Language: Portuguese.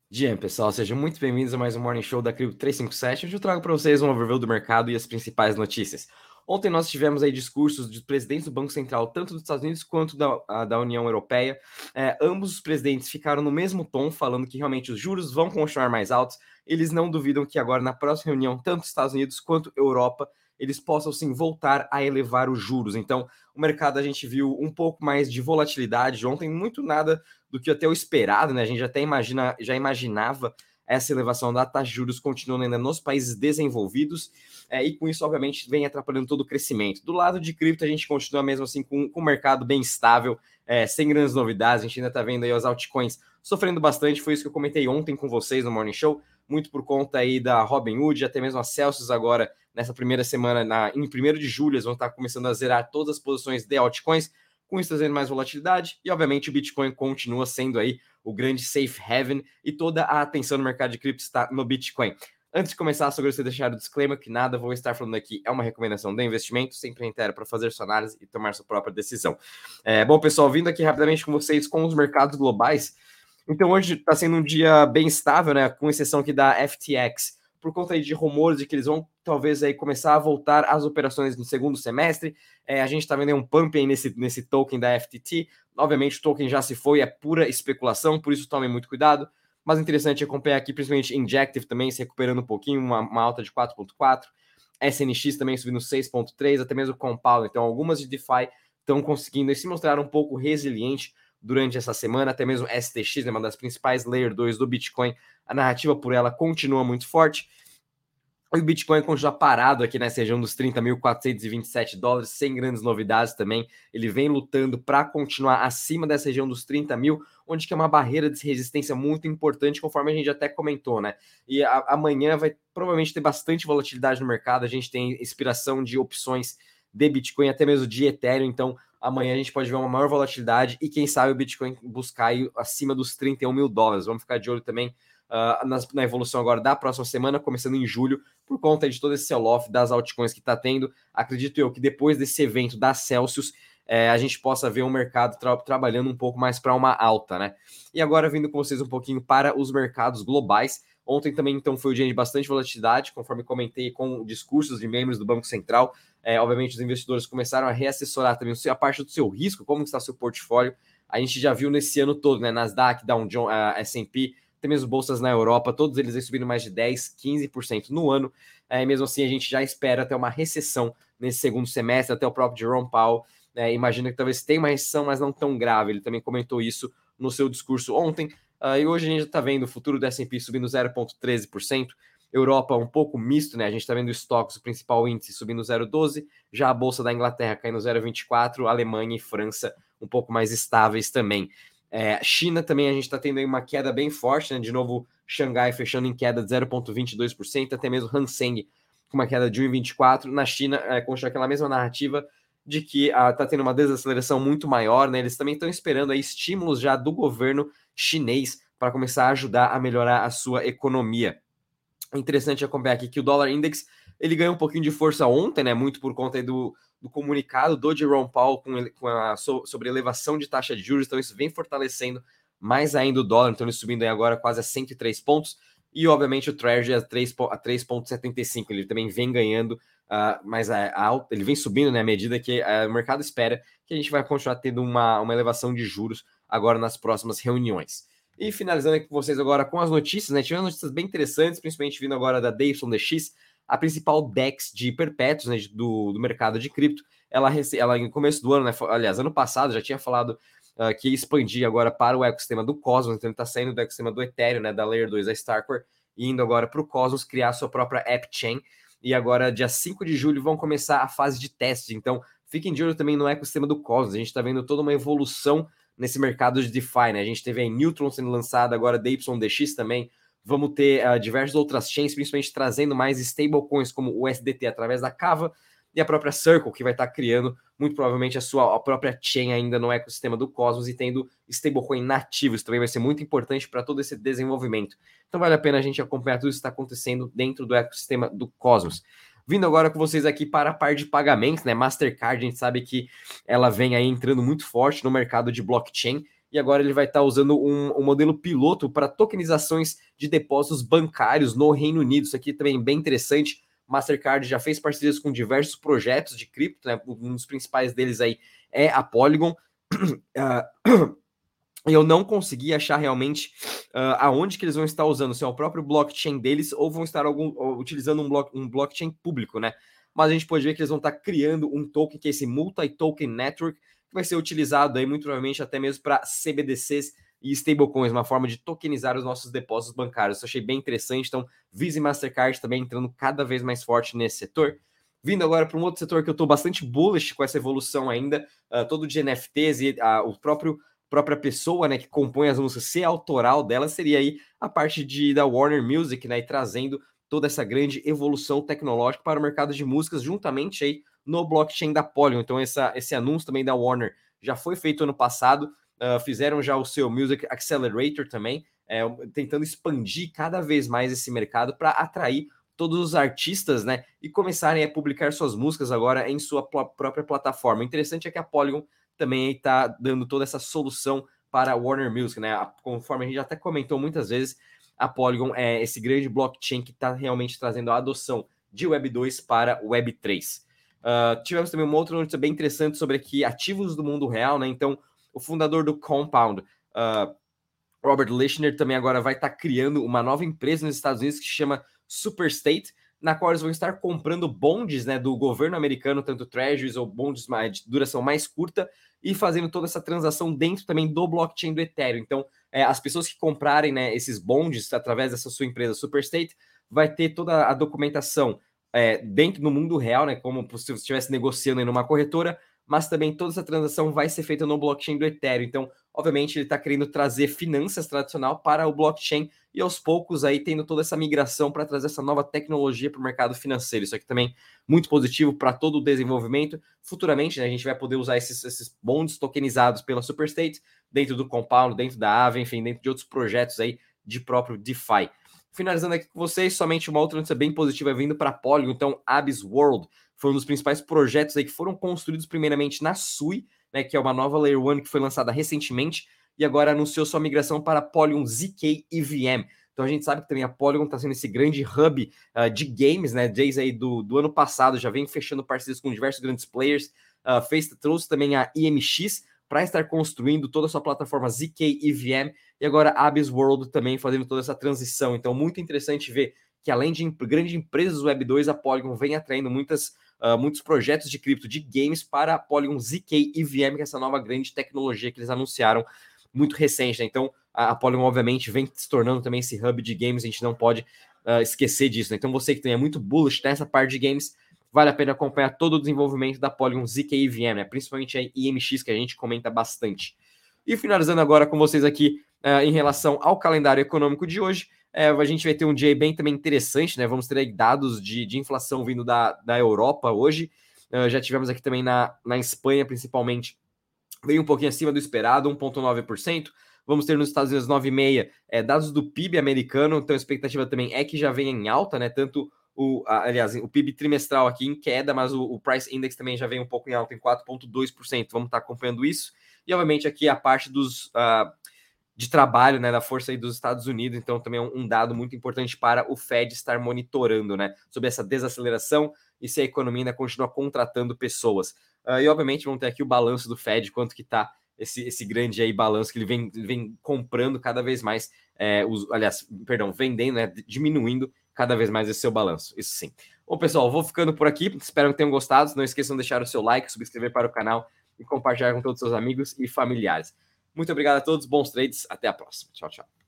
Dia, pessoal, sejam muito bem-vindos a mais um Morning Show da Crypto 357, onde eu trago para vocês um overview do mercado e as principais notícias. Ontem nós tivemos aí discursos de presidentes do Banco Central, tanto dos Estados Unidos quanto da União Europeia. Ambos os presidentes ficaram no mesmo tom, falando que realmente os juros vão continuar mais altos. Eles não duvidam que agora, na próxima reunião, tanto Estados Unidos quanto Europa, eles possam sim voltar a elevar os juros. Então, o mercado a gente viu um pouco mais de volatilidade ontem, muito nada do que até o esperado, né? A gente já imaginava essa elevação da taxa de juros continuando ainda nos países desenvolvidos, e com isso, obviamente, vem atrapalhando todo o crescimento. Do lado de cripto, a gente continua mesmo assim com o mercado bem estável, sem grandes novidades. A gente ainda está vendo aí as altcoins sofrendo bastante. Foi isso que eu comentei ontem com vocês no Morning Show, muito por conta aí da Robinhood, até mesmo a Celsius agora, nessa primeira semana, em 1º de julho, eles vão estar começando a zerar todas as posições de altcoins, com isso trazendo mais volatilidade, e obviamente o Bitcoin continua sendo aí o grande safe haven, e toda a atenção no mercado de cripto está no Bitcoin. Antes de começar, só gostaria de deixar o disclaimer que nada vou estar falando aqui é uma recomendação de investimento, sempre reitero para fazer sua análise e tomar sua própria decisão. Bom, pessoal, vindo aqui rapidamente com vocês com os mercados globais. Então hoje está sendo um dia bem estável, né, com exceção aqui da FTX, por conta aí de rumores de que eles vão talvez aí começar a voltar às operações no segundo semestre. A gente está vendo aí um pump aí nesse token da FTT. Obviamente o token já se foi, é pura especulação, por isso tomem muito cuidado. Mas interessante acompanhar aqui, principalmente Injective também se recuperando um pouquinho, uma alta de 4,4. SNX também subindo 6,3, até mesmo Compound. Então algumas de DeFi estão conseguindo se mostrar um pouco resiliente durante essa semana, até mesmo STX, né, uma das principais Layer 2 do Bitcoin, a narrativa por ela continua muito forte. E o Bitcoin continua parado aqui nessa região dos $30.427, sem grandes novidades também. Ele vem lutando para continuar acima dessa região dos 30 mil, onde que é uma barreira de resistência muito importante, conforme a gente até comentou, né? E amanhã vai provavelmente ter bastante volatilidade no mercado. A gente tem expiração de opções de Bitcoin, até mesmo de Ethereum. Então, amanhã a gente pode ver uma maior volatilidade e quem sabe o Bitcoin buscar aí acima dos $31 mil. Vamos ficar de olho também na evolução agora da próxima semana, começando em julho, por conta de todo esse sell-off das altcoins que está tendo. Acredito eu que depois desse evento da Celsius, a gente possa ver o mercado trabalhando um pouco mais para uma alta, né? E agora vindo com vocês um pouquinho para os mercados globais. Ontem também, então, foi um dia de bastante volatilidade, conforme comentei com discursos de membros do Banco Central. Obviamente, os investidores começaram a reassessorar também a parte do seu risco, como está seu portfólio. A gente já viu nesse ano todo, né? Nasdaq, Dow Jones, S&P, até mesmo bolsas na Europa, todos eles vêm subindo mais de 10%, 15% no ano. Mesmo assim, a gente já espera até uma recessão nesse segundo semestre, até o próprio Jerome Powell imagina que talvez tenha uma recessão, mas não tão grave. Ele também comentou isso no seu discurso ontem. E hoje a gente está vendo o futuro do S&P subindo 0,13%, Europa um pouco misto, né? A gente está vendo o Stoxx, o principal índice, subindo 0,12%, já a Bolsa da Inglaterra caindo 0,24%, Alemanha e França um pouco mais estáveis também. China também a gente está tendo aí uma queda bem forte, né? De novo, Xangai fechando em queda de 0,22%, até mesmo Hang Seng com uma queda de 1,24%. Na China, continua aquela mesma narrativa de que está tendo uma desaceleração muito maior, né? Eles também estão esperando aí estímulos já do governo chinês para começar a ajudar a melhorar a sua economia. Interessante acompanhar aqui que o dólar index ele ganhou um pouquinho de força ontem, né? Muito por conta aí do comunicado do Jerome Powell sobre elevação de taxa de juros, então isso vem fortalecendo mais ainda o dólar, então ele subindo aí agora quase a 103 pontos, e obviamente o Treasury a 3,75, ele também vem ganhando, mas ele vem subindo, né, à medida que o mercado espera que a gente vai continuar tendo uma elevação de juros agora nas próximas reuniões. E finalizando aqui com vocês agora com as notícias, né? Tivemos notícias bem interessantes, principalmente vindo agora da DYDX, a principal DEX de perpétuos, né, do mercado de cripto. Ela em começo do ano, né, aliás, ano passado, já tinha falado que ia expandir agora para o ecossistema do Cosmos, então ele está saindo do ecossistema do Ethereum, né, da Layer 2 da Starkware, e indo agora para o Cosmos criar sua própria app chain. E agora, dia 5 de julho, vão começar a fase de teste. Então, fiquem de olho também no ecossistema do Cosmos. A gente está vendo toda uma evolução nesse mercado de DeFi, né? A gente teve aí Neutron sendo lançada, agora DYDX também. Vamos ter diversas outras chains, principalmente trazendo mais stablecoins como o USDT através da Kava, e a própria Circle, que vai estar criando muito provavelmente a própria chain ainda no ecossistema do Cosmos e tendo stablecoin nativos. Também vai ser muito importante para todo esse desenvolvimento. Então vale a pena a gente acompanhar tudo isso que está acontecendo dentro do ecossistema do Cosmos. Vindo agora com vocês aqui para a parte de pagamentos, né? Mastercard, a gente sabe que ela vem aí entrando muito forte no mercado de blockchain. e agora ele vai estar usando um modelo piloto para tokenizações de depósitos bancários no Reino Unido. Isso aqui também é bem interessante. Mastercard já fez parcerias com diversos projetos de cripto, né? Um dos principais deles aí é a Polygon. Eu não consegui achar realmente aonde que eles vão estar usando, se é o próprio blockchain deles ou vão estar utilizando um blockchain público, né? Mas a gente pode ver que eles vão estar criando um token, que é esse Multi-Token Network, que vai ser utilizado aí muito provavelmente até mesmo para CBDCs e stablecoins, uma forma de tokenizar os nossos depósitos bancários. Isso eu achei bem interessante. Então, Visa e Mastercard também entrando cada vez mais forte nesse setor. Vindo agora para um outro setor que eu estou bastante bullish com essa evolução ainda, todo de NFTs e o própria pessoa, né, que compõe as músicas, ser autoral dela, seria aí a parte da Warner Music, né, e trazendo toda essa grande evolução tecnológica para o mercado de músicas, juntamente aí no blockchain da Polygon. Então esse anúncio também da Warner já foi feito ano passado, fizeram já o seu Music Accelerator também, tentando expandir cada vez mais esse mercado para atrair todos os artistas, né, e começarem a publicar suas músicas agora em sua própria plataforma. O interessante é que a Polygon também está dando toda essa solução para a Warner Music, né? Conforme a gente já até comentou muitas vezes, a Polygon é esse grande blockchain que está realmente trazendo a adoção de Web 2 para Web 3. Tivemos também uma outra notícia bem interessante sobre aqui ativos do mundo real, né? Então, o fundador do Compound, Robert Leshner, também agora vai estar criando uma nova empresa nos Estados Unidos que se chama Superstate, na qual eles vão estar comprando bondes, né, do governo americano, tanto treasuries ou bondes de duração mais curta, e fazendo toda essa transação dentro também do blockchain do Ethereum. Então, as pessoas que comprarem, né, esses bondes através dessa sua empresa Superstate, vai ter toda a documentação dentro do mundo real, né, como se você estivesse negociando em uma corretora, mas também toda essa transação vai ser feita no blockchain do Ethereum. Então, obviamente, ele está querendo trazer finanças tradicional para o blockchain e aos poucos aí tendo toda essa migração para trazer essa nova tecnologia para o mercado financeiro. Isso aqui também muito positivo para todo o desenvolvimento. Futuramente, né, a gente vai poder usar esses bonds tokenizados pela Superstate dentro do Compound, dentro da Aave, enfim, dentro de outros projetos aí de próprio DeFi. Finalizando aqui com vocês, somente uma outra notícia bem positiva vindo para a Polygon. Então, Abyss World foi um dos principais projetos aí que foram construídos primeiramente na Sui, né, que é uma nova Layer 1 que foi lançada recentemente e agora anunciou sua migração para Polygon ZK EVM. Então a gente sabe que também a Polygon está sendo esse grande hub de games, né? Desde aí do ano passado, já vem fechando parcerias com diversos grandes players. Trouxe também a IMX para estar construindo toda a sua plataforma ZK EVM e agora a Abyss World também fazendo toda essa transição. Então muito interessante ver que além de grandes empresas Web 2, a Polygon vem atraindo muitos projetos de cripto de games para a Polygon ZK EVM, que é essa nova grande tecnologia que eles anunciaram muito recente, né? Então a Polygon obviamente vem se tornando também esse hub de games, a gente não pode esquecer disso, né? Então você que tem muito bullish nessa parte de games, vale a pena acompanhar todo o desenvolvimento da Polygon ZK EVM, né? Principalmente a IMX, que a gente comenta bastante. E finalizando agora com vocês aqui em relação ao calendário econômico de hoje, a gente vai ter um dia bem também interessante, né? Vamos ter aí dados de inflação vindo da Europa hoje. Já tivemos aqui também na Espanha, principalmente, veio um pouquinho acima do esperado, 1,9%. Vamos ter nos Estados Unidos 9,5%, dados do PIB americano, então a expectativa também é que já venha em alta, né? Tanto aliás, o PIB trimestral aqui em queda, mas o Price Index também já vem um pouco em alta, em 4,2%. Vamos estar acompanhando isso. E, obviamente, aqui a parte de trabalho, né, da força aí dos Estados Unidos, então também é um dado muito importante para o Fed estar monitorando, né, sobre essa desaceleração e se a economia ainda continua contratando pessoas. E obviamente vamos ter aqui o balanço do Fed, quanto que está esse grande aí balanço que ele vem comprando cada vez mais, vendendo, né, diminuindo cada vez mais esse seu balanço, isso sim. Bom, pessoal, vou ficando por aqui, espero que tenham gostado, não esqueçam de deixar o seu like, subscrever para o canal e compartilhar com todos os seus amigos e familiares. Muito obrigado a todos, bons trades, até a próxima. Tchau, tchau.